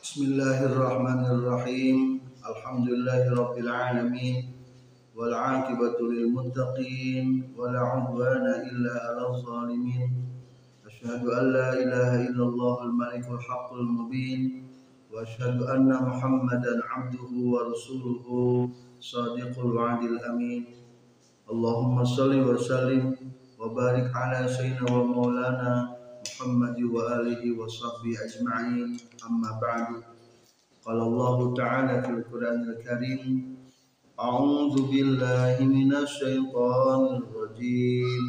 Bismillahirrahmanirrahim. Alhamdulillahirabbil alamin. Wal 'aqibatu lil muttaqin wa la 'udwana illa 'alal zalimin. Asyhadu an la ilaha illallahul malikul haqqul mubin wa asyhadu anna Muhammadan 'abduhu wa rasuluhu shadiqul wa'dil amin. Allahumma shalli wa sallim wa barik ala sayyidina wa maulana Muhammad wa alihi wa sahbihi ajma'in. Amma ba'du. Qala Allah Ta'ala fil Qur'anil Karim, A'udzu billahi minasy syaithanir rajim.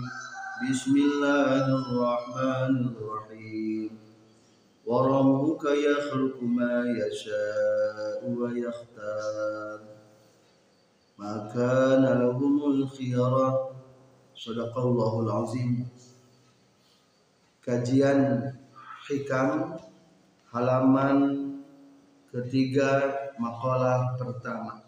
Bismillahirrahmanirrahim. Wa rabbuka yakhluqu ma yasha'u wa yakhtar. Ma kana lahumul khiyarah. Shadaqallahul azim. Kajian hikam halaman ketiga, makalah pertama,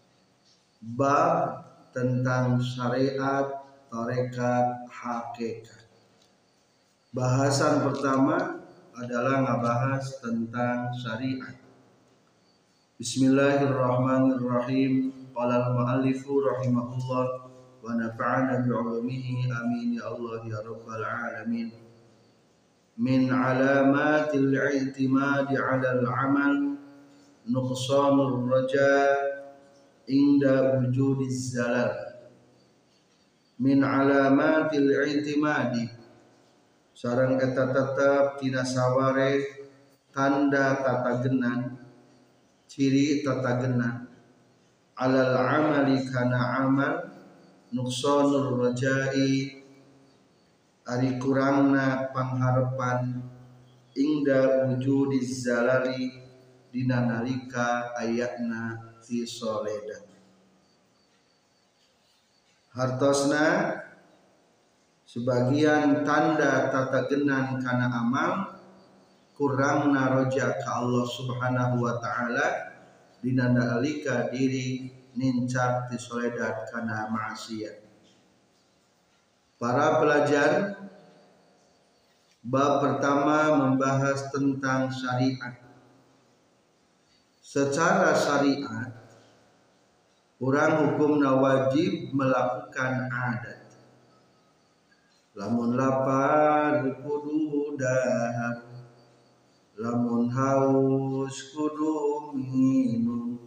bab tentang syariat, tarekat, hakikat. Bahasan pertama adalah ngebahas tentang syariat. Bismillahirrahmanirrahim. Qala al-mu'allifu rahimahullah wa nafa'ana bi'ulumihi amin ya Allah ya rabbal alamin. Min alamatil i'timadi 'alal 'amal nuqsanur raja inda wujudiz zalal. Min alamatil i'timadi, sareng eta tetep tina saware tanda tatagenan, ciri tatagenan, 'alal 'amali kana amal, nuqsanur rajai ari kurangna pangharepan, ingda wujudiz zalali dina nalika ayatna fi soledan. Hartosna sebagian tanda tatagenan kana amal kurangna roja ka Allah Subhanahu wa taala dina nalika diri nincak ti soledan kana maksiat. Para pelajar, bab pertama membahas tentang syariat. Secara syariat, orang hukumna wajib melakukan adat. Lamun lapar kudu dahar, lamun haus kudu minum,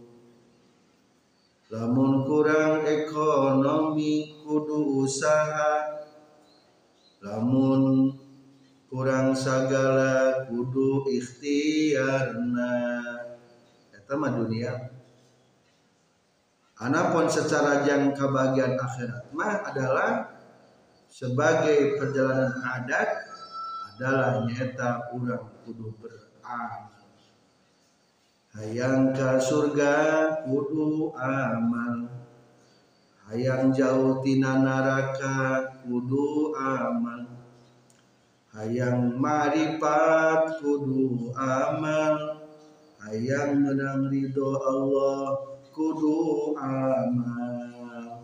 lamun kurang ekonomi kudu usaha, lamun kurang sagala kudu ikhtiarna. Eta mah dunia. Anapun secara jangka bagian akhirat mah adalah sebagai perjalanan adat adalah nyata urang kudu beramal. Hayang ka surga kudu amal, hayang jauh tina neraka kudu amal, hayang marifat kudu amal, hayang menang ridho Allah kudu amal.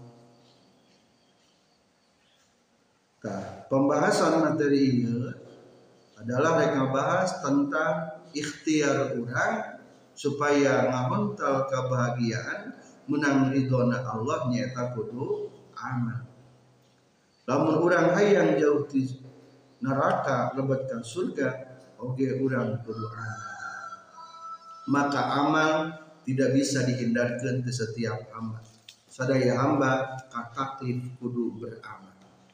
Pembahasan materi ini adalah mereka bahas tentang ikhtiar orang supaya ngamuntal kebahagiaan menang ridhona Allah nyata kudu amal. Lamun urang hayang jauh ti neraka lebetkan surga oge urang kudu amal. Maka amal tidak bisa dihindarkan ke setiap hamba. Sadaya hamba kataklif kudu beramal.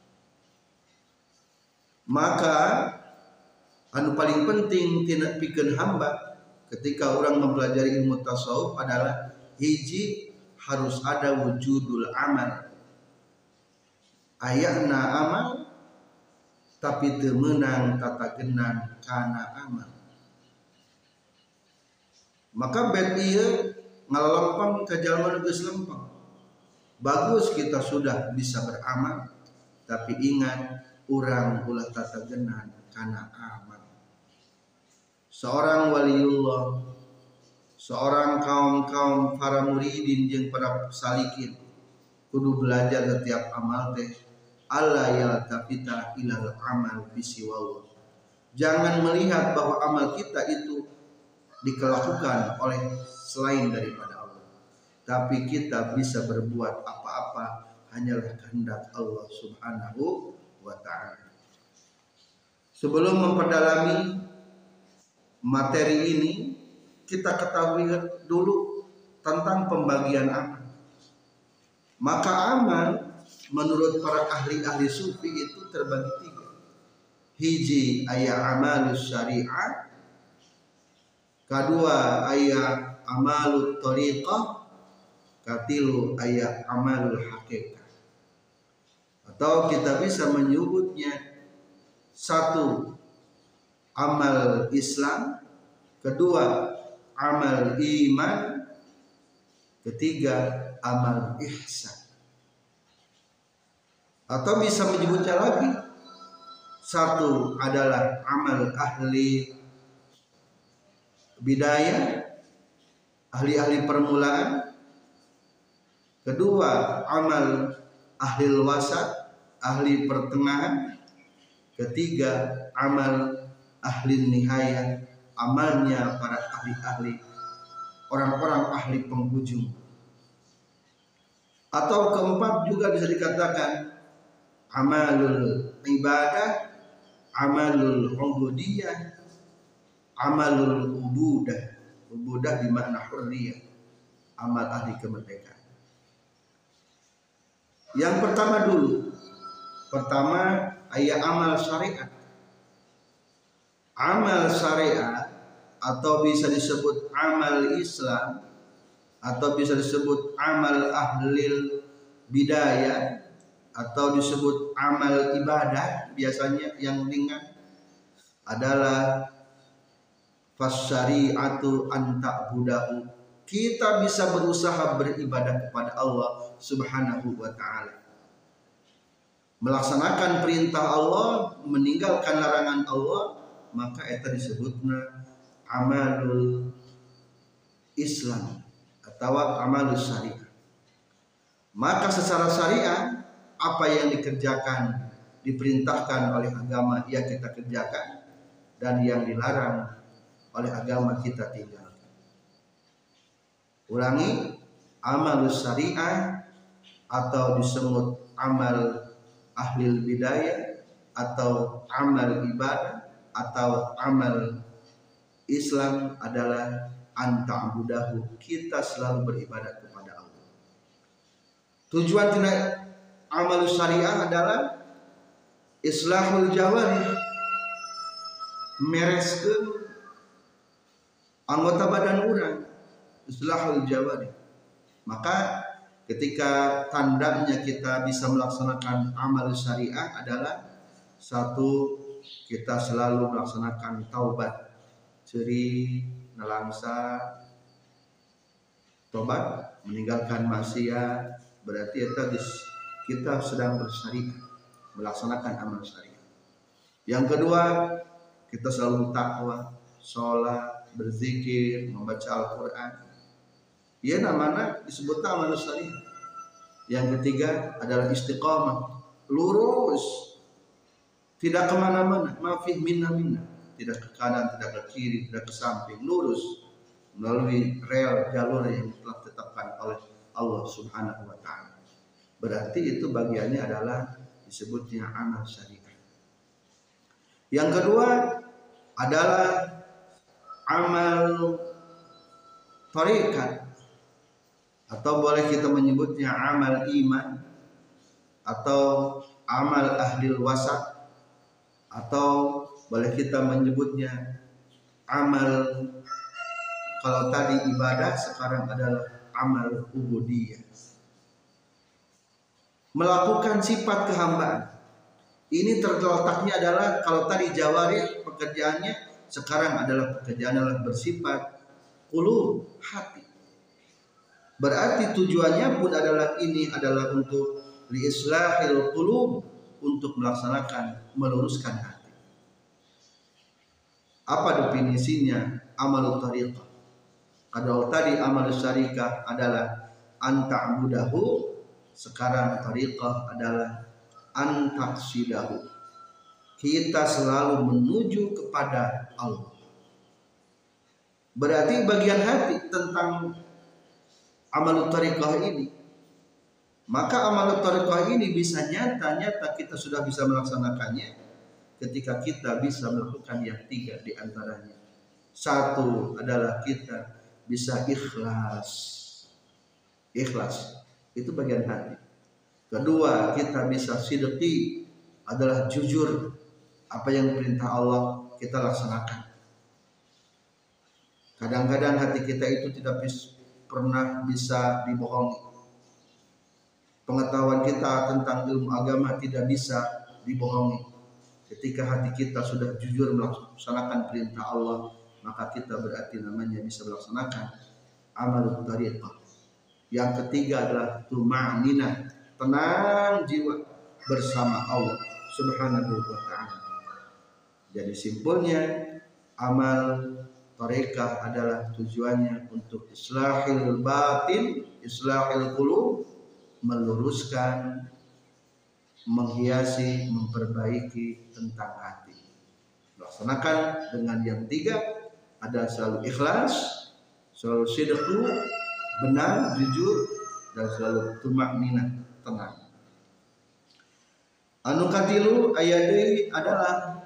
Maka anu paling penting tina pikeun hamba ketika orang mempelajari ilmu tasawuf adalah hiji, harus ada wujudul amal. Ayahna amal tapi teu meunang tatagenan kana amal. Maka bet ieu ngalempang ka jalma nu geus lempeng. Bagus kita sudah bisa beramal, tapi ingat urang ulah tatagenan kana amal. Seorang waliullah, seorang kaum para muridin jeung para salikin kudu belajar setiap amal teh alla yaltafita ilal amal bisiwallah. Jangan melihat bahwa amal kita itu dikelakukan oleh selain daripada Allah. Tapi kita bisa berbuat apa-apa hanyalah kehendak Allah Subhanahu wa ta'ala. Sebelum memperdalami materi ini, kita ketahui dulu tentang pembagian amal. Maka amal menurut para ahli-ahli sufi itu terbagi tiga. Hiji aya amalus syariah, kedua aya amalut thariqah, katilu aya amalul haqiqah. Atau kita bisa menyebutnya satu amal Islam, kedua amal iman, ketiga amal ihsan. Atau bisa menyebutnya lagi, satu adalah amal ahli bidayah, ahli-ahli permulaan, kedua amal ahli wasat, ahli pertengahan, ketiga amal ahli nihayah, amalnya para ahli-ahli, orang-orang ahli penghujung. Atau keempat juga bisa dikatakan amalul ibadah, amalul ubudiyah, amalul ubudah. Ubudah bermakna hurriyah, amal ahli kemerdekaan. Yang pertama dulu, ayat amal syariat. Amal syariat atau bisa disebut amal Islam atau bisa disebut amal ahlil bidayah atau disebut amal ibadah, biasanya yang ringan adalah fasyari'atu an ta'budahu. Kita bisa berusaha beribadah kepada Allah Subhanahu wa ta'ala, melaksanakan perintah Allah, meninggalkan larangan Allah, maka itu disebutnya amalul Islam atau amalul syariah. Maka secara syariah apa yang dikerjakan, diperintahkan oleh agama ya kita kerjakan, dan yang dilarang oleh agama kita tinggalkan. Ulangi, amal syariah atau disebut amal ahli bidayah atau amal ibadah atau amal Islam adalah anta'budahu, kita selalu beribadah kepada Allah. Tujuan tindak amal syariah adalah islahul jawarih, mereskeun anggota badan orang, islahul jawarih. Maka ketika tandanya kita bisa melaksanakan amal syariah adalah satu, kita selalu melaksanakan taubat, ceri nelangsa, tobat, meninggalkan maksiat, berarti kita sedang bersyariah, melaksanakan amal syariah. Yang kedua, kita selalu takwa, sholat, berzikir, membaca Al-Quran. Ya namanya disebut amal syariah. Yang ketiga adalah istiqamah, lurus, tidak kemana-mana, mafih minna, tidak ke kanan, tidak ke kiri, tidak ke samping, lurus melalui rel jalur yang telah ditetapkan oleh Allah Subhanahu wa ta'ala. Berarti itu bagiannya adalah disebutnya amal syariah. Yang kedua adalah amal thariqah, atau boleh kita menyebutnya amal iman atau amal ahlil wasat, atau boleh kita menyebutnya amal, kalau tadi ibadah, sekarang adalah amal ubudiyah, melakukan sifat kehambaan. Ini terletaknya adalah kalau tadi jawarih pekerjaannya, sekarang pekerjaan adalah bersifat qulub, hati. Berarti tujuannya pun adalah untuk liislahil qulub, untuk melaksanakan, meluruskan hati. Apa definisinya amal thariqah? Kalau tadi amal syariah adalah anta'budahu, sekarang thariqah adalah antaqsidahu, kita selalu menuju kepada Allah. Berarti bagian hati tentang amalut thariqah ini. Maka amalut thariqah ini bisa nyata kita sudah bisa melaksanakannya ketika kita bisa melakukan yang 3 di antaranya. 1 adalah kita bisa ikhlas. Ikhlas itu bagian hati. Kedua, kita bisa sidqi, adalah jujur, apa yang perintah Allah kita laksanakan. Kadang-kadang hati kita itu tidak pernah bisa dibohongi. Pengetahuan kita tentang ilmu agama tidak bisa dibohongi. Ketika hati kita sudah jujur melaksanakan perintah Allah, maka kita berarti namanya bisa melaksanakan amal thariqah. Yang ketiga adalah tuma'ninah, tenang jiwa bersama Allah Subhanahu wa ta'ala. Jadi simpulnya, amal thariqah adalah tujuannya untuk islahil batin, islahil qulub, meluruskan, menghiasi, memperbaiki tentang hati. Laksanakan dengan yang 3, ada selalu ikhlas, selalu sidqu, benar, jujur, dan selalu tumakninah, tenang. Anu katilu ayat adalah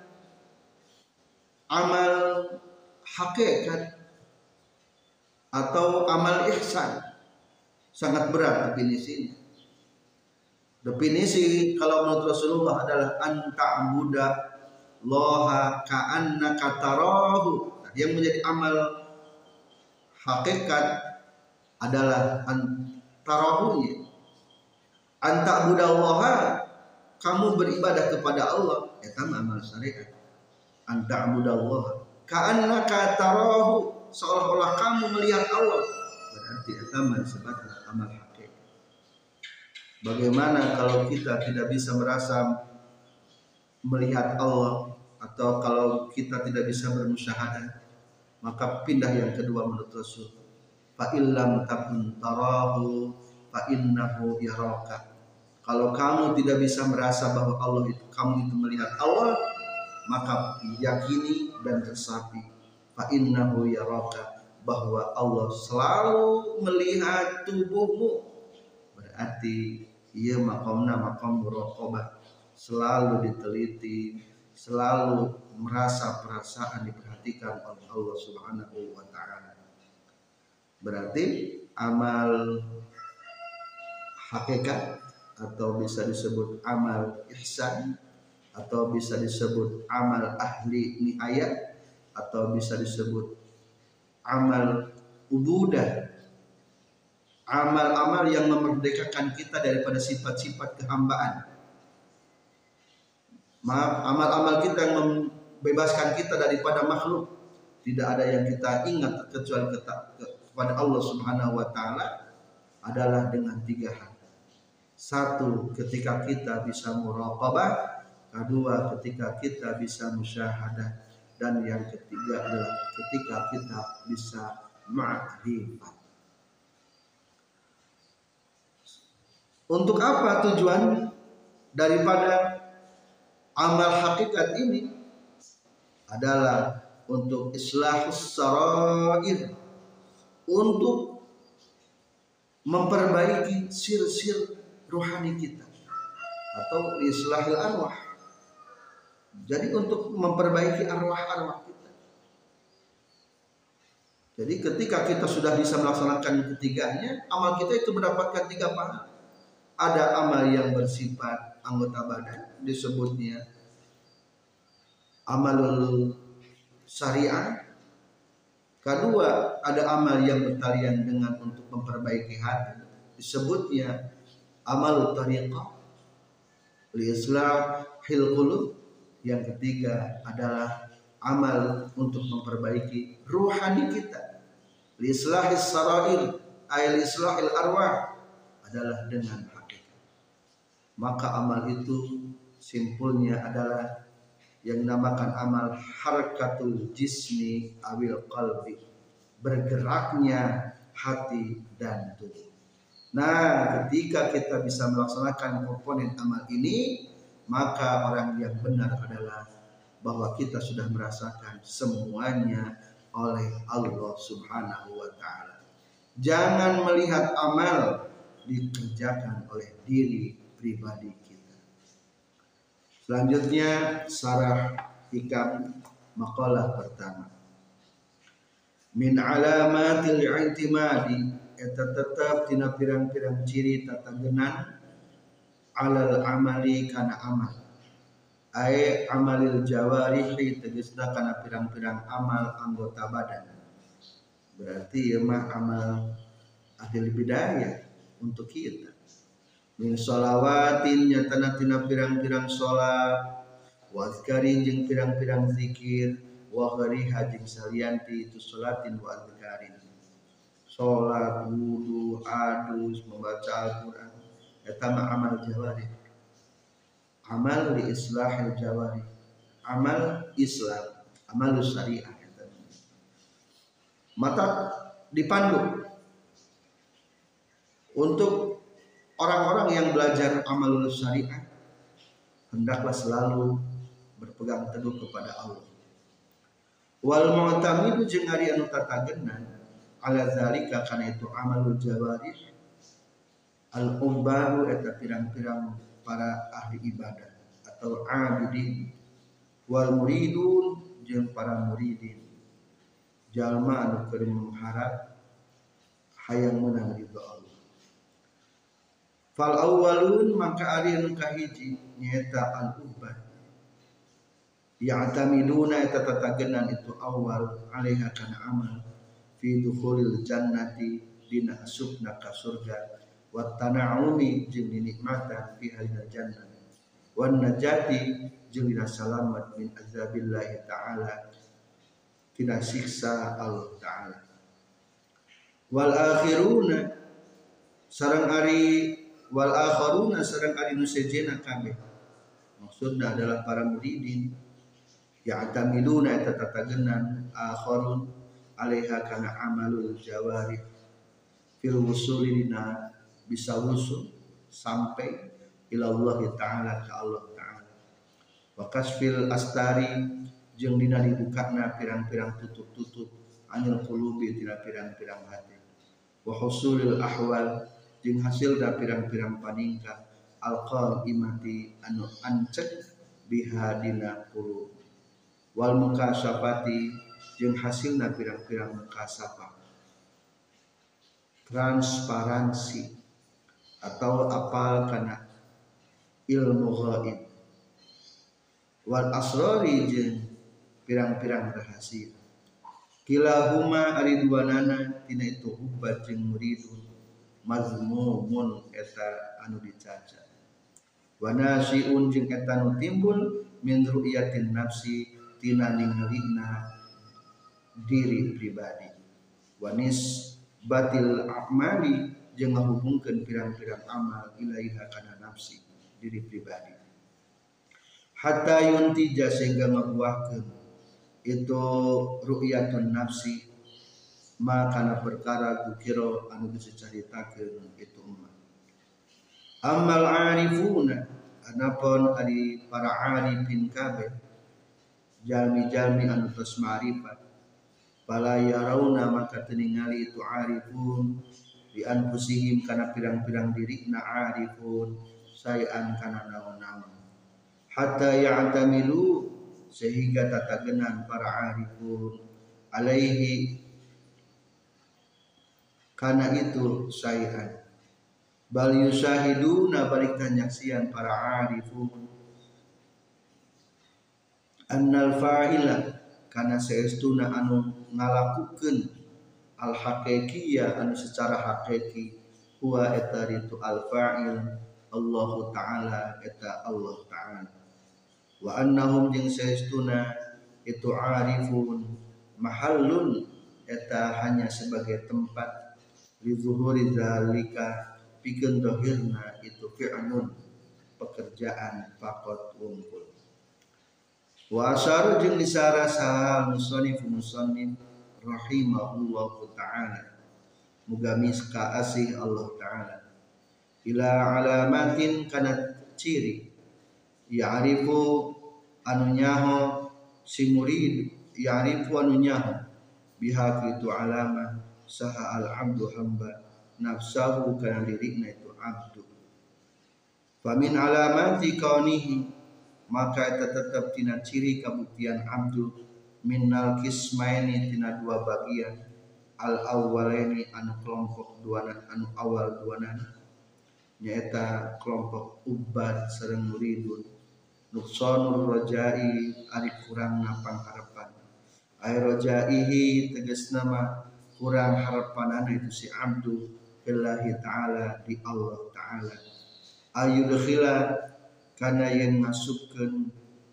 amal hakikat atau amal ihsan. Sangat berat definisinya. Definisi kalau menurut Rasulullah adalah anta'buda Allaha ka'annaka tarahu. Yang menjadi amal hakikat adalah tarahunya. Anta'buda Allaha, kamu beribadah kepada Allah, itu amal syariat. Anta'buda Allaha ka'annaka tarahu, seolah-olah kamu melihat Allah, berarti itu sebagai amal hakikat. Bagaimana kalau kita tidak bisa merasa melihat Allah, atau kalau kita tidak bisa bermusyahadah? Maka pindah yang kedua menurut Rasul, fa illam takun tarahu fa innahu yaraka. Kalau kamu tidak bisa merasa bahwa Allah itu, kamu itu melihat Allah, maka yakini dan resapi fa innahu yaraka, bahwa Allah selalu melihat tubuhmu. Berarti ia maqamna maqam muraqabah, selalu diteliti, selalu merasa perasaan diperhatikan oleh Allah Subhanahu wa ta'ala. Berarti amal hakikat, atau bisa disebut amal ihsan, atau bisa disebut amal ahli niayat, atau bisa disebut amal ubudah, amal-amal yang memerdekakan kita daripada sifat-sifat kehambaan. Amal-amal kita yang membebaskan kita daripada makhluk. Tidak ada yang kita ingat kecuali kepada Allah Subhanahu wa ta'ala, adalah dengan 3 hal. 1, ketika kita bisa muraqabah. 2, ketika kita bisa musyahadah. Dan yang ketiga adalah ketika kita bisa ma'rifat. Untuk apa tujuan daripada amal hakikat ini? Adalah untuk islahus sarair, untuk memperbaiki sir-sir rohani kita, atau islahil arwah. Jadi untuk memperbaiki arwah-arwah kita. Jadi ketika kita sudah bisa melaksanakan ketiganya, amal kita itu mendapatkan 3 pahala. Ada amal yang bersifat anggota badan, disebutnya amalul syariah. Kedua, ada amal yang bertalian dengan untuk memperbaiki hati, disebutnya amal thariqah li islahil qulub. Yang ketiga adalah amal untuk memperbaiki ruhani kita, li islahis sarair ay li islahil arwah, adalah dengan hakikat. Maka amal itu simpulnya adalah yang dinamakan amal harakatul jismi awil qalbi, bergeraknya hati dan tubuh. Nah, ketika kita bisa melaksanakan komponen amal ini, maka orang yang benar adalah bahwa kita sudah merasakan semuanya oleh Allah Subhanahu wa taala. Jangan melihat amal dikerjakan oleh diri pribadi kita. Selanjutnya sarah hikam makalah pertama. Min alamatil i'timadi eta tetap tina pirang-pirang ciri tatagenan alal amali kana amal. Ai amalil jawarihi tegasna kana pirang-pirang amal anggota badan. Berarti ieu mah amal ahli bidayah untuk kita. Min sholawatin nyatana tina pirang-pirang salat, wa azkarin jeung pirang-pirang zikir, wa ghariha jeung salianti itu salatin wa azkarin. Salat, wudu, adus, membaca Al-Qur'an eta mah amal jawarih. Amal li islahil jawarih. Amal Islam, amal syariah eta. Mata dipandu untuk orang-orang yang belajar amalul syariah hendaklah selalu berpegang teguh kepada Allah. Wal mu'tamidu jeung ari anu tatagenan ala zalika kana itu amalul jawarih al ubbaru eta pirang-pirang para ahli ibadah atau abidin wal muridun jeung para muridin jalma anu keur mengharap hayang menang ridho Allah. Fal awwalun maka ari anu kahiji nyaeta al ubbah ya'tamiluna eta tatagenan itu awal alaiha kana amal fi dukhulil jannati dina asupna ka surga wa tana'umi jeung dinikmatan fi halil jannah wan najati jeung dina salamat min azabillahi ta'ala tina siksa Allah ta'ala. Wal akhiruna sareng ari wal akharuna sareng ari nu sejena kabeh maksudna adalah para muridin ya'tamiluna eta tatagenan akharun alaiha kana amalul jawarih fil wusuli dina bisa wusul sampai ila Allah taala ka Allah taala wa kasfil astari jeung dina dibukana pirang-pirang tutup-tutup anil qulubi tina pirang-pirang hati wa husulil ahwal jeung hasilna pirang-pirang paningkah alqal imati anu ancek biha dina qulub wal mukasyafati jeung hasilna pirang-pirang mukasafah transparansi atau apal kana ilmu ghaib wal asrari jeung pirang-pirang rahasia kilahuma ari duanana tina itu hubbat jeung muridun mazmumun eta anu dicaca wa nasiun jeung eta anu timbul min ru'yatin nafsi tina ningalina diri pribadi wanis batil a'mali jeung ngahubungkeun pirang-pirang amal ilaiha kana nafsi diri pribadi hatta yuntija sehingga ngabuahkeun itu ru'yatun nafsi makana perkara kukira anu geus dicaritakeun itu umat. Amal arifuna anapun ari para arifin kabeh jalmi-jalmi anu tos ma'rifat fala yarawna maka teu ningali itu arifun di anfusihim kana pirang-pirang dirina arifun sayan kana naon-naon hatta ya'tamilu sehingga tatagenan para arifun alaihi kana itu sayan bal yusahiduna balik tanyaksian para arifun annal fa'ila kana saestuna anu ngalakukeun al haqiqiyah anu secara hakiki huwa eta ritu al fa'il Allah taala eta Allah taala wa annahum jeung saestuna itu arifun mahallun eta hanya sebagai tempat li zuhuri zalika pikeun dohirna itu fi'lun pekerjaan faqat wungkul wa asyara jeung disara sahal musannif rahimahullahu ta'ala muga miska asih Allah ta'ala ila alamatin kana ciri ya'rifu anu nyaho si murid ya'rifu anu nyaho biha kitu alama saha al abdu hamba nafsahu kana dirikna itu abdu. Famin alamati kaunihi maka eta tetep tina ciri kabuktian abdu minnal kismaini tina dua bagian al awwalaini anu kelompok duana anu awal duana nyaeta kelompok ubad sareng muridun nuqsanur rajai ari kurangna pangharepan ay rajaihi tegasna mah kurang harapanana itu si abdu billahi ta'ala di Allah ta'ala ayudkhila kana yang masukkeun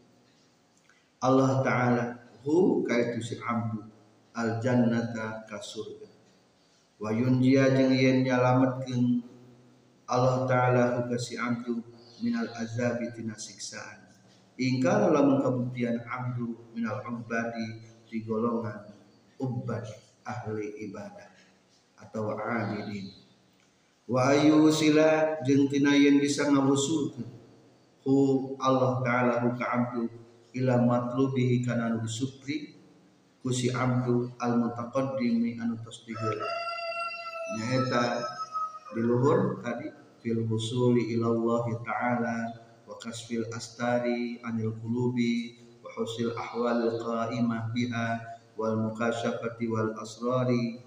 Allah ta'ala hu kaitu si abdu al jannata ka surga wa yunjiya jeung yen nyalametkeun Allah ta'ala hu ka si abdu minal azabi tina siksaan ingkana lamun kabuktian abdu minal ubadi di golongan ubad ahli ibadah atau abidin wa ayu sila jeung tina yen bisa ngawusulkeun hu Allah ta'ala hu ka abdu ila matlubihi kana anu disupri ku si abdu al mutaqaddimi anu tos digeula nyaeta di luhur tadi fil husuli ila Allah ta'ala wa kasfil astari anil qulubi wa husil ahwalil qa'imah biha wal mukasyafati wal asrari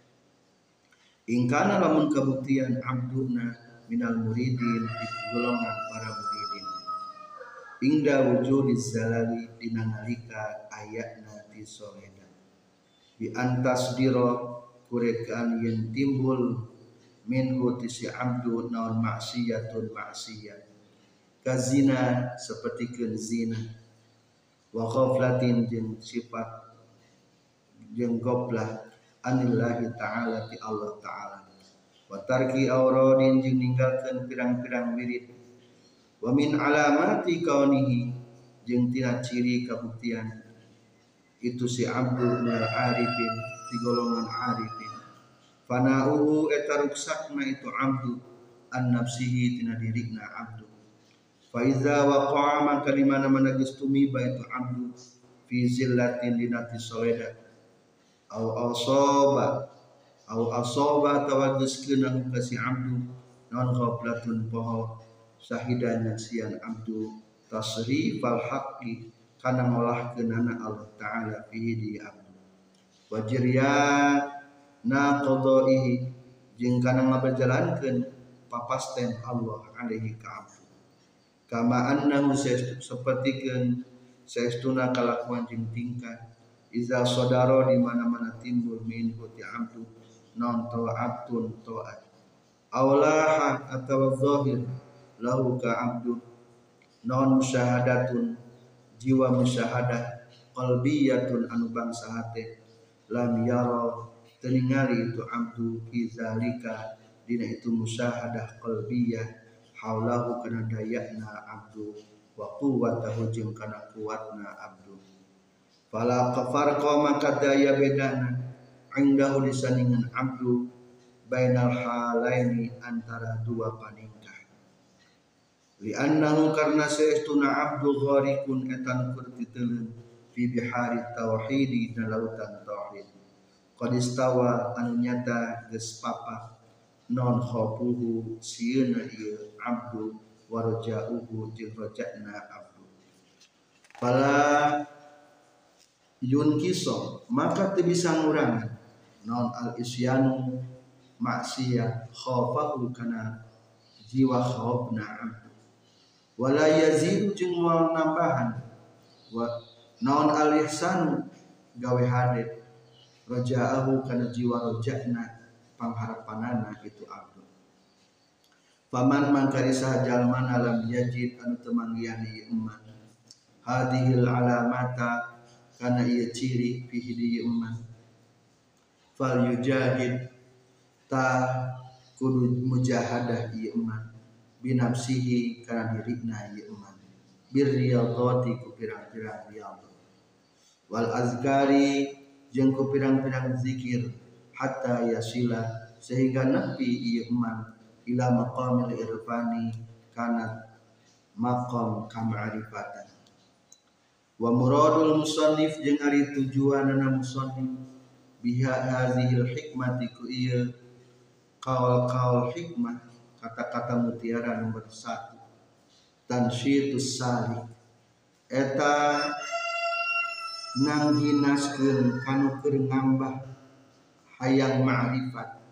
ingkana lamun kabuktian abduna minal muridin di golongan para muridin ingda wujudiz zalali dina nalika ayatna di soreda bi antasdiro kurekaan yen timbul minhu tisi abdu naon maksiyatun maksiyat kazina sapertikeun zina wa ghaflatin jeung sifat jeung goblah anillahi ta'ala ti Allah ta'ala wa tarki auradin jeung ninggalkeun pirang-pirang wirid wa min alamati kaunihi jeung tina ciri kabuktian itu si abdu minal arifin di golongan arifin fana'uhu eta ruksakna itu abdu an nafsihi tina dirikna abdu fa iza waqa'a maka di mana-mana geus tumiba itu abdu fi zillatin dina tisoleda au asaba tawadduskeun ka si abdu non ghaflatun poho sahidanya sian abdu tasrifal haqqi kana ngolahkeunana Allah ta'ala fihi di abdu wajriya na qadaihi jeung kana ngaberjalankeun papasten Allah alaihi ka abdu kama annahu sapertikeun saestuna kalakuan jeung tingkah iza sodaro di mana-mana timbul min ti abdu non ta'atun ta'at awlaha atawa zahir lahu ka abdu non musyahadatun jiwa musyahadah qalbiyatun anu bangsa hate lam yara teningali itu abdu izalika dina itu musyahadah qalbiyah haulahu kana dayana abdu wa quwwatahu jeung kana kuatna abdu fala qafarqa maka daya bedana indahu disandingan abdu bainal halaini antara dua paningkah li annahu karna saestuna abdu gharikun etan kurtiteun fi bihari tauhid dan lautan tauhid qad istawa anu nyata geus papa non khafuhu sieuna ieu abdu warja'uhu jeung raja'na abdu fala yunkiso maka teu bisa ngurangan non al isyanu maksiyah khafahu kana jiwa khaufna abdu wala yazidu jeung moal nambahan wa non al ihsanu gawe hade raja'ahu kana jiwa raja'na pangharapanana itu abdu faman mangkari sahajalman alam yajid anu teu manggian ieu eman hadhil alamata kana ieu ciri fihi di iman fal yujahid ta kudu mujahadah ieu iman binafsihi kana dirina ieu iman birriyadati ku pirang-pirang riyadhah wal azkari jeung ku pirang-pirang zikir hatta yasila sehingga nepi ieu iman ila maqamil irfani kana maqam kama'rifatan wa muradul musannif jeung ari tujuanna musannif biha hazihil hikmati ku ieu qaul hikmah, kata-kata mutiara nomor 1, tansyitus salik eta nanghinaskeun kanu keur ngambah hayang ma'rifat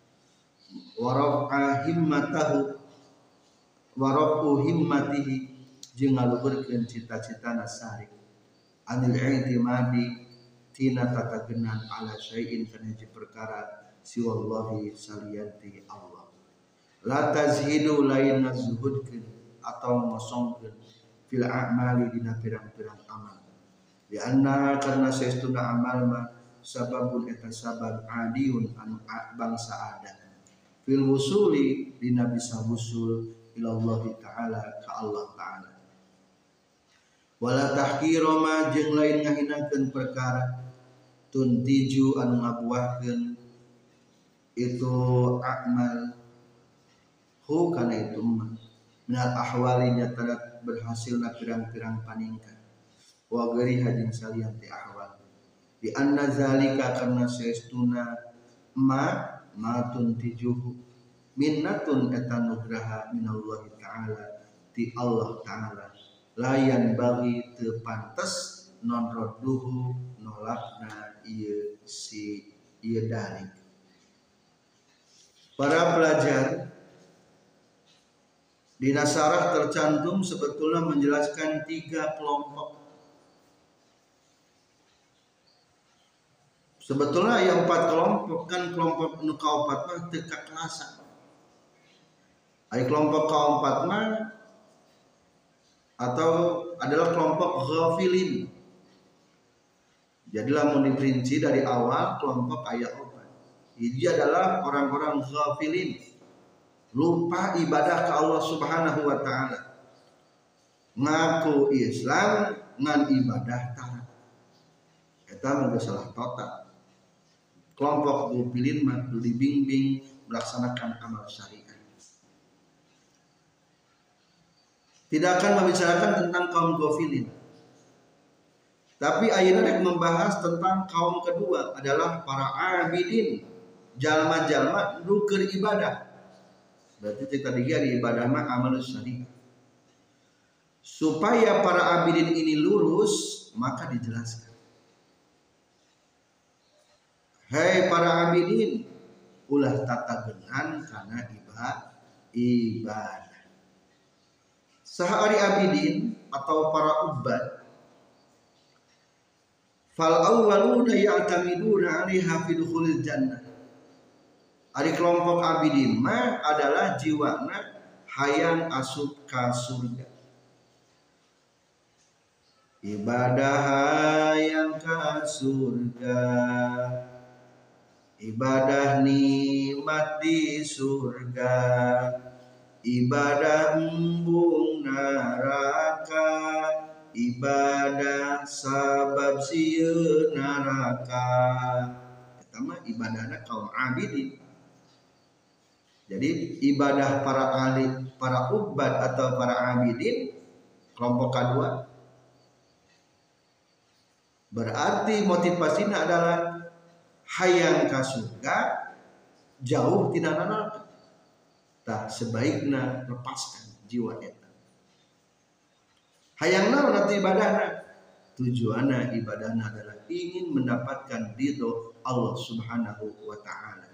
warafa himmatahu warafu himmatihi jeung ngaluhurkeun cita-citana salik anil i'timadi tina tatagenan ala syai'in kana hiji perkara siwallahi salianti Allah. La tazhidu lain nazhudkeun atau ngosongkeun fil a'mali dina pirang-pirang amal. Di anna karna saestuna amal mah sababun eta sabab adiun anu bangsa ada. Fil wusuli dina bisa wusul ila Allah taala ka Allah taala. Wala tahqiru ma jeung lain ngahinakeun perkara tuntiju anu ngabuahkeun itu amal hu kana itu mah minal ahwali nyata berhasilna pirang-pirang paningkat wa gari hajin salian ti ahwal di anna zalika karna saestuna ma tuntijuhu minnatun eta nugraha minallahi taala ti Allah taala layan bagi teu pantes non radduhu nolakna ieu dari. Para pelajar di nasarah tercantum sebetulnya menjelaskan 3 kelompok. Sebetulnya yang 4 kelompok kan kelompok nu kaopat mah teu kakelasan. Ai kelompok kaopat mah atau adalah kelompok ghafilin. Jadi lamun diperinci dari awal kelompok ayat 4. Ini adalah orang-orang ghafilin, lupa ibadah ke Allah Subhanahu wa taala. Ngaku Islam ngan ibadah taat. Eta mah salah total. Kelompok ghafilin mah dibimbing melaksanakan amal syariat. Tidak akan membicarakan tentang kaum ghafilin. Tapi ayeuna rek membahas tentang kaum kedua adalah para abidin, jalma-jalma nu keur ibadah. Berarti kita diga di ibadah mah amal syariah. Supaya para abidin ini lurus, maka dijelaskan. Hei para abidin, ulah tatageungan kana ibadah. Sahari abidin atau para ubad fal awwaluna ya'tamiduna 'alaiha fi dukhulil jannah. Ari kelompok abidin mah adalah jiwana hayang asup ka surga. Ibadah hayang ka surga. Ibadah nikmat di surga. Ibadah embung neraka. Ibadah sabab sieun neraka. Eta mah ibadahna kaum abidin. Jadi ibadah para ubad atau para abidin kelompok kedua berarti motivasinya adalah hayang ka surga jauh tina neraka. Tah sebaikna lepaskan jiwa eta. Hayang naon nanti ibadahna? Tujuanna ibadahna adalah ingin mendapatkan ridho Allah Subhanahu wa taala.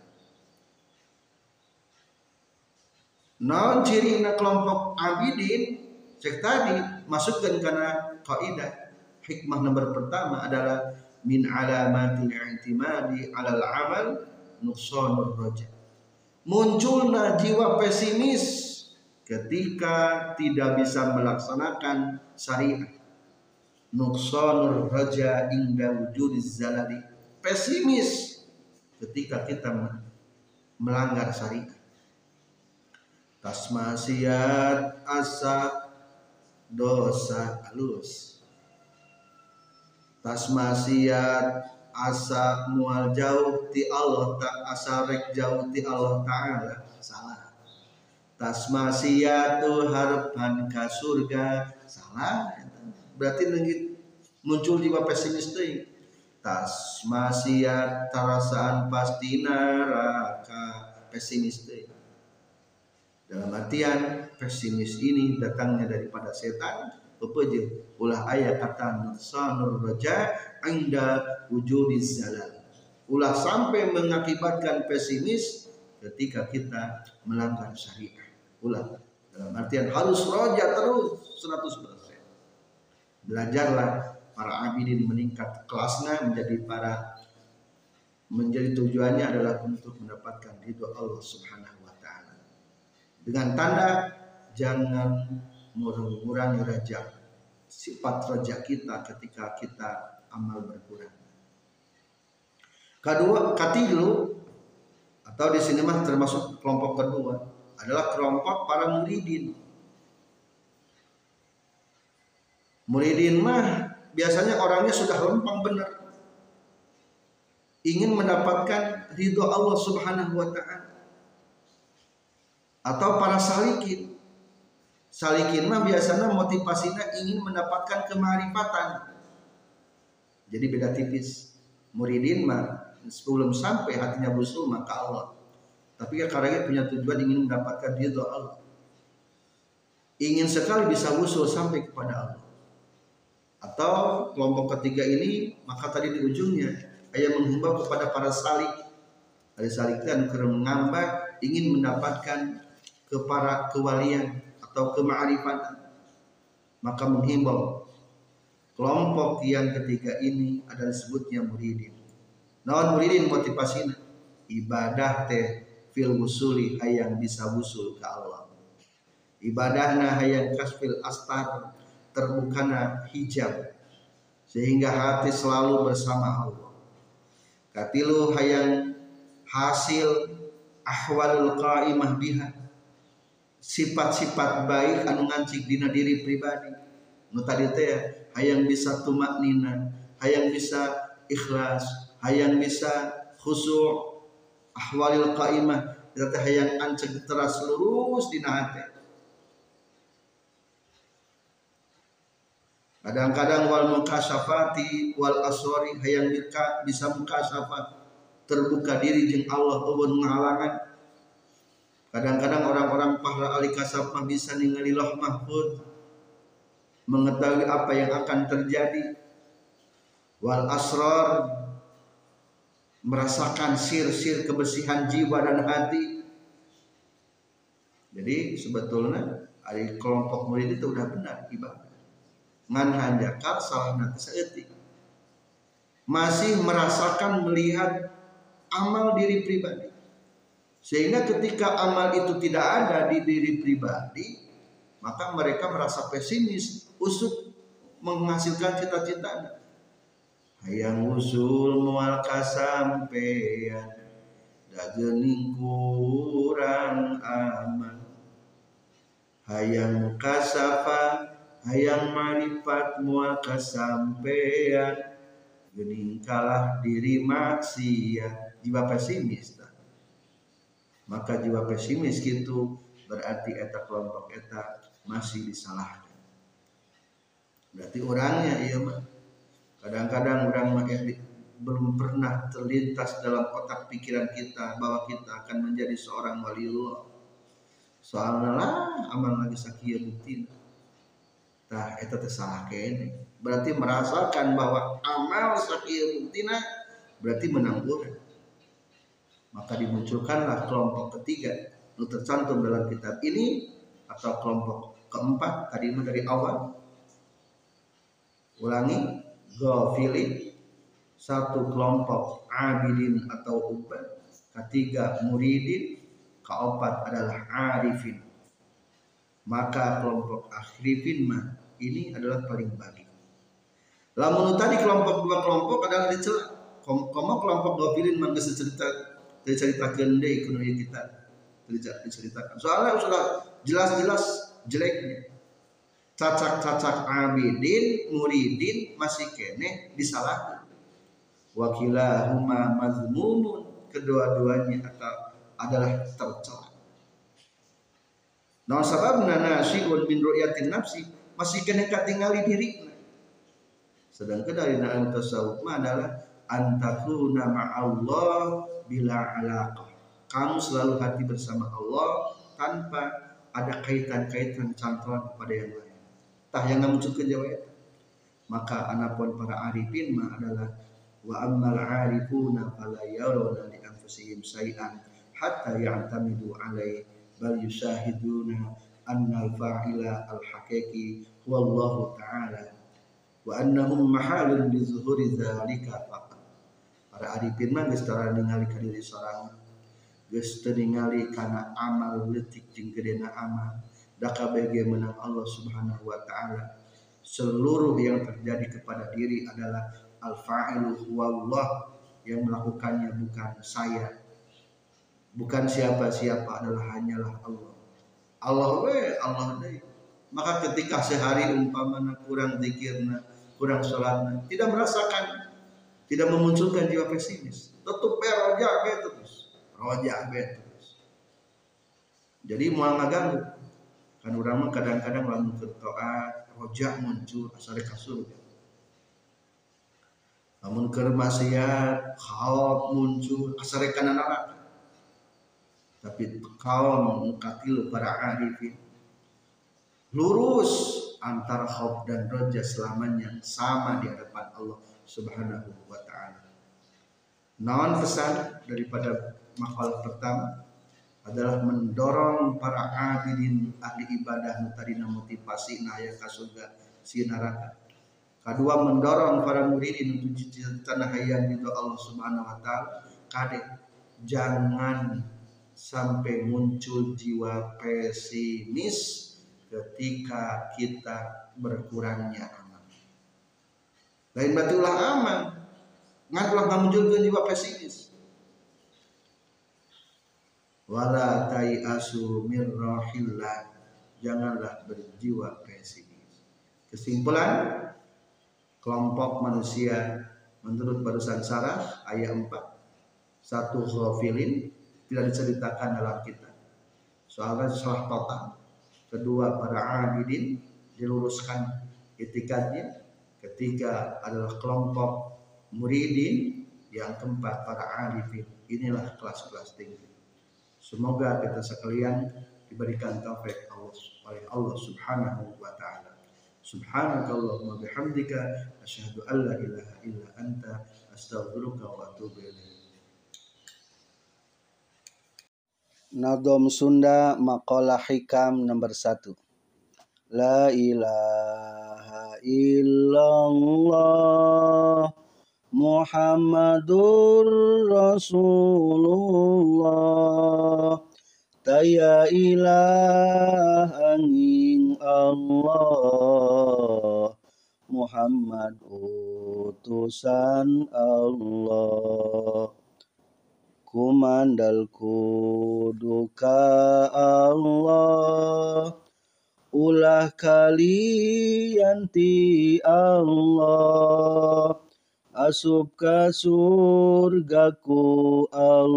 Naon cirina kelompok abidin? Cek tadi masukkan kana kaidah hikmah nomor pertama adalah min alamatil i'timadi 'alal 'amal nuqsanur raja. Munculna jiwa pesimis ketika tidak bisa melaksanakan syariat. Nuqsanur raja inda wujudiz zalali. Pesimis ketika kita melanggar syariat. Tasmasiat asa dosa halus. Tasmasiat asa mual jauh ti Allah asa rek jauh ti Allah taala salah. Tasmasiatu harapan ka surga salah. Berarti muncul jiwa pesimis teh. tas maksiat tarasaan pasti neraka. Pesimis deh. Dalam artian pesimis ini datangnya daripada setan. Pepeje ulah aya kata nursanur raja inda wujudiz zalal. Ulah sampai mengakibatkan pesimis ketika kita melanggar syariah. Ulah dalam artian harus roja terus 100%. Belajarlah para abidin meningkat kelasnya menjadi tujuannya adalah untuk mendapatkan ridho Allah Subhanahu wa taala. Dengan tanda jangan mengurangi raja, sifat raja kita ketika kita amal berkurang. Katilu atau di sini mah termasuk kelompok kedua adalah kelompok para muridin. Muridin mah biasanya orangnya sudah lempeng benar, ingin mendapatkan ridho Allah Subhanahu wa taala. Atau para salikin. Salikin mah biasanya motivasinya ingin mendapatkan kemarifatan. Jadi beda tipis. Muridin mah sebelum sampai hatinya busul maka Allah. Tapi ya karena punya tujuan ingin mendapatkan ridho Allah. Ingin sekali bisa usul sampai kepada Allah. Atau kelompok ketiga ini maka tadi di ujungnya ayat menghimbau kepada para salik. Para salik dan mengambah ingin mendapatkan kepada kewalian atau kema'rifatan. Maka menghimbau kelompok yang ketiga ini adalah disebutnya muridin. Naon muridin motivasinya ibadah teh fil wusuli hayang bisa wusul ke Allah. Ibadahna hayang kasfil astar terbukana hijab sehingga hati selalu bersama Allah. Katilu hayang hasil ahwalul qaimah biha, sifat-sifat baik anu ngancik dina diri pribadi. Nu tadi teh hayang bisa tumaknina, hayang bisa ikhlas, hayang bisa khusyuk, ahwalul qaimah, eta teh hayang anceg teras lurus dina hati. Kadang-kadang wal mukasyafati wal aswari hayang bisa mukasyafat terbuka diri jeung Allah eueun ngahalangan. Kadang-kadang orang-orang para ahli kasaf mah bisa ningali lauh mahfuz, mengetahui apa yang akan terjadi. Wal asrar merasakan sir-sir kebersihan jiwa dan hati. Jadi sebetulnya dari kelompok murid itu udah benar ibadah. Ngan hanjakar salah nanti saeutik masih merasakan melihat amal diri pribadi, sehingga ketika amal itu tidak ada di diri pribadi maka mereka merasa pesimis, usuk menghasilkan cita-citanya. Hayang usul moal kasampean da geuning kurang aman, hayang kasafa hayang marifat moal kasampean geuning kalah diri maksiat. Jiwa pesimis tak? Maka jiwa pesimis gitu berarti eta kelompok eta masih disalahkan. Berarti orangnya iya mah kadang-kadang orang mah belum pernah terlintas dalam otak pikiran kita bahwa kita akan menjadi seorang waliullah. Soalnya lah amal lagi sakieu buktina. Tah eta teh salah kene. Berarti merasakan bahwa amal sakieu buktina berarti menang urang. Maka dimunculkanlah kelompok ketiga yang tercantum dalam kitab ini atau kelompok keempat tadi dari awal. Ulangi, ghafilin, satu kelompok abidin atau ubad, ketiga muridin, keempat adalah arifin. Maka kelompok akhrifin mah ini adalah paling bagi. Lamun tadi dua kelompok adalah dicela. Komo kelompok ghafilin mah geus diceritakeun deui ku kita. Diceritakan. Soalnya sudah jelas-jelas jeleknya. Cacak-cacak abidin, muridin masih kene disalahkan. Wakilahuma mazmumun, kedua-duanya adalah tercela. Nah sababna nasiun min ru'yatin nafsi masih kena katingali diri. Sedangkan dari dalam tasawuf mah adalah antakuna ma'allah bila alaqah. Kamu selalu hati bersama Allah tanpa ada kaitan-kaitan cantolan kepada yang lain. Tah yang muncul ke Jawa. Maka anapun para arifin mah adalah wa ammal arifuna fala yarawna li anfusihim syai'an hatta ya'tamidu alai bal yushahiduna anna al-fa'ila al-haqiqi huwa Allah ta'ala wa annahum mahalun li zuhuri dzalika faqat. Para arifin mah geus tara ningali ka diri sorang, geus teu ningali kana amal leutik jeung gedena amal, da kabeh ge meunang Allah Subhanahu wa taala. Seluruh yang terjadi kepada diri adalah al-fa'ilu huwallah, yang melakukannya bukan saya, bukan siapa-siapa, adalah hanyalah Allah. Allah we Allah deui. Maka ketika sehari umpamana kurang zikirna, kurang salatna, tidak merasakan, tidak memunculkan jiwa pesimis, tetap roja be terus, roja be terus. Jadi moal ngaganggu. Kan urang mah kadang-kadang lamun keur taat roja muncul asal kasur. Lamun keur maksiat khauf muncul asal kana neraka. Tapi kaum mukatil para arifin lurus antara khauf dan roja selamanya sama di hadapan Allah Subhanahu wa taala. Naon pesan daripada makalah pertama adalah mendorong para abidin ahli ibadah tadina motivasi aya ka surga si neraka. Kedua, mendorong para muridin untuk cita-cita hayang ridho Allah Subhanahu wa taala. Kade jangan sampai muncul jiwa pesimis ketika kita berkurangnya amal. Lain batulah amal, ngan ulah ngamunjulkeun jiwa pesimis. Wala tayasu mir rahillah, janganlah berjiwa pesimis. Kesimpulan, kelompok manusia menurut barusan sarah ayat 4, satu ghafilin, tidak diceritakan dalam kitab, soalnya salah total. Kedua, para abidin, diluruskan itikadnya. Ketiga adalah kelompok muridin. Yang keempat, para arifin. Inilah kelas-kelas tinggi. Semoga kita sekalian diberikan taufik oleh Allah Subhanahu wa taala. Subhanakallahumma bihamdika asyhadu an la ilaha illa anta astaghfiruka wa atubu ilaik. Nadom Sunda Maqalah Hikam nomor 1. La ilaha illallah Muhammadur Rasulullah. Taya ilah angin Allah, Muhammad utusan Allah. Kumandal kuduka Allah, ulah kalian ti Allah. Asup ka surgaku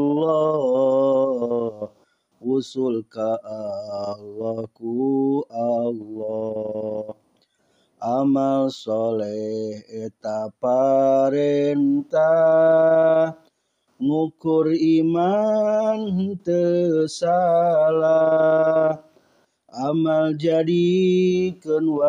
Allah, usul ka Allah ku Allah. Amal soleh eta parentah, ngukur iman teu salah. Amal jadikeun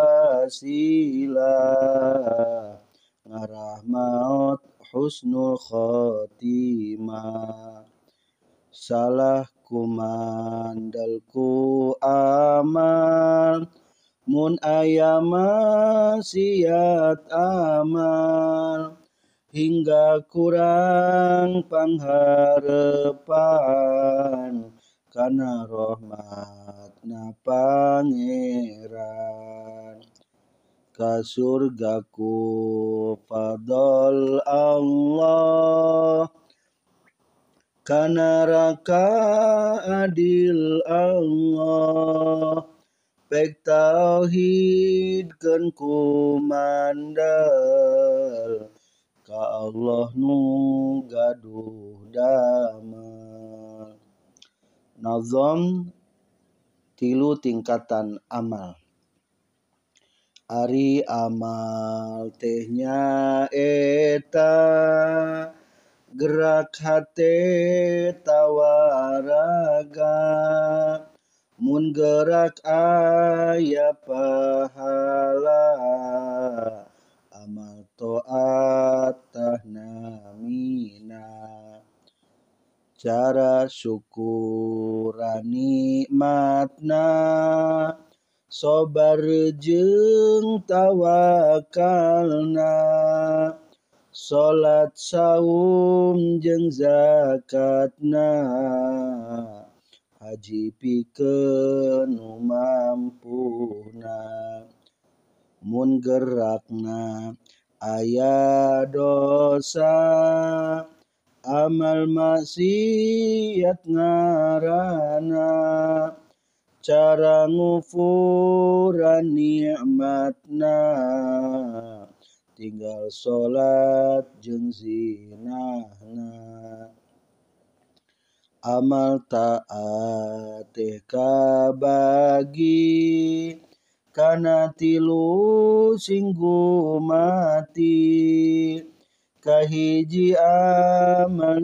wasilah, ngarah maut husnul khotimah. Salah kumandal ku amal, mun aya maksiat amal. Hingga kurang pangharapan, kana rahmatna pangeran. Ka surgaku fadol Allah, ka neraka adil Allah. Pek tauhidkeun kumandal, ka Allah nu gaduh damel. Nazam 3 tingkatan amal. Ari amal tehnya eta gerak hate tawaraga mun gerak aya pahala amal toat tahna mina cara syukuran nikmatna sabar jeung tawakalna salat saum jeung zakatna haji pikeun nu mampuna mun gerakna aya dosa amal maksiat ngaranna cara ngufuran nikmatna tinggal salat jeung zinahna amal taat teh kabagi kana tilu singgu mati kahiji amal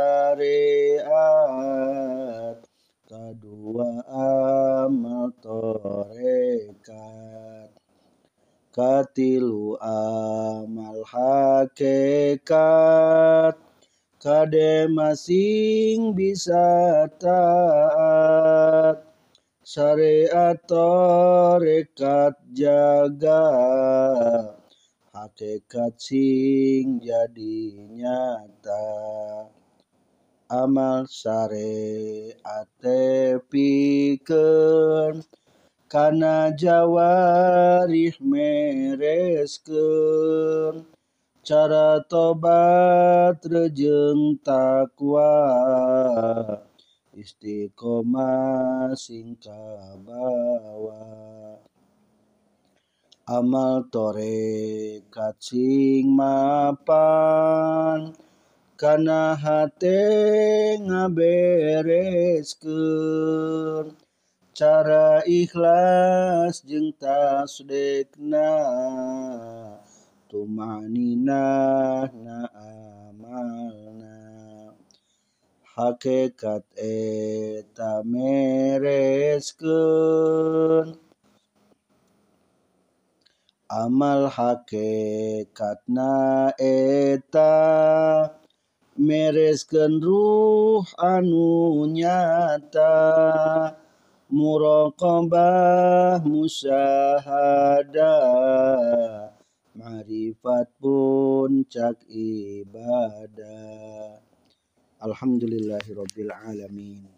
syariat kadua amal torekat katilu amal hakikat kade masing bisa taat syariat torekat jaga hakikat sing jadi nyata amal syariat teh pikeun kana jawarih mereskeun cara tobat rejeung takwa istiqomah sing kabawa amal torekat sing mapan kana hate ngabereskeun cara ikhlas jeung tasdekna tumaninahna amalna hakikat eta mereskeun amal hakikatna eta mereskeun ruh anu nyata muraqabah musyahadah ma'rifat puncak ibadah alhamdulillahirabbil alamin.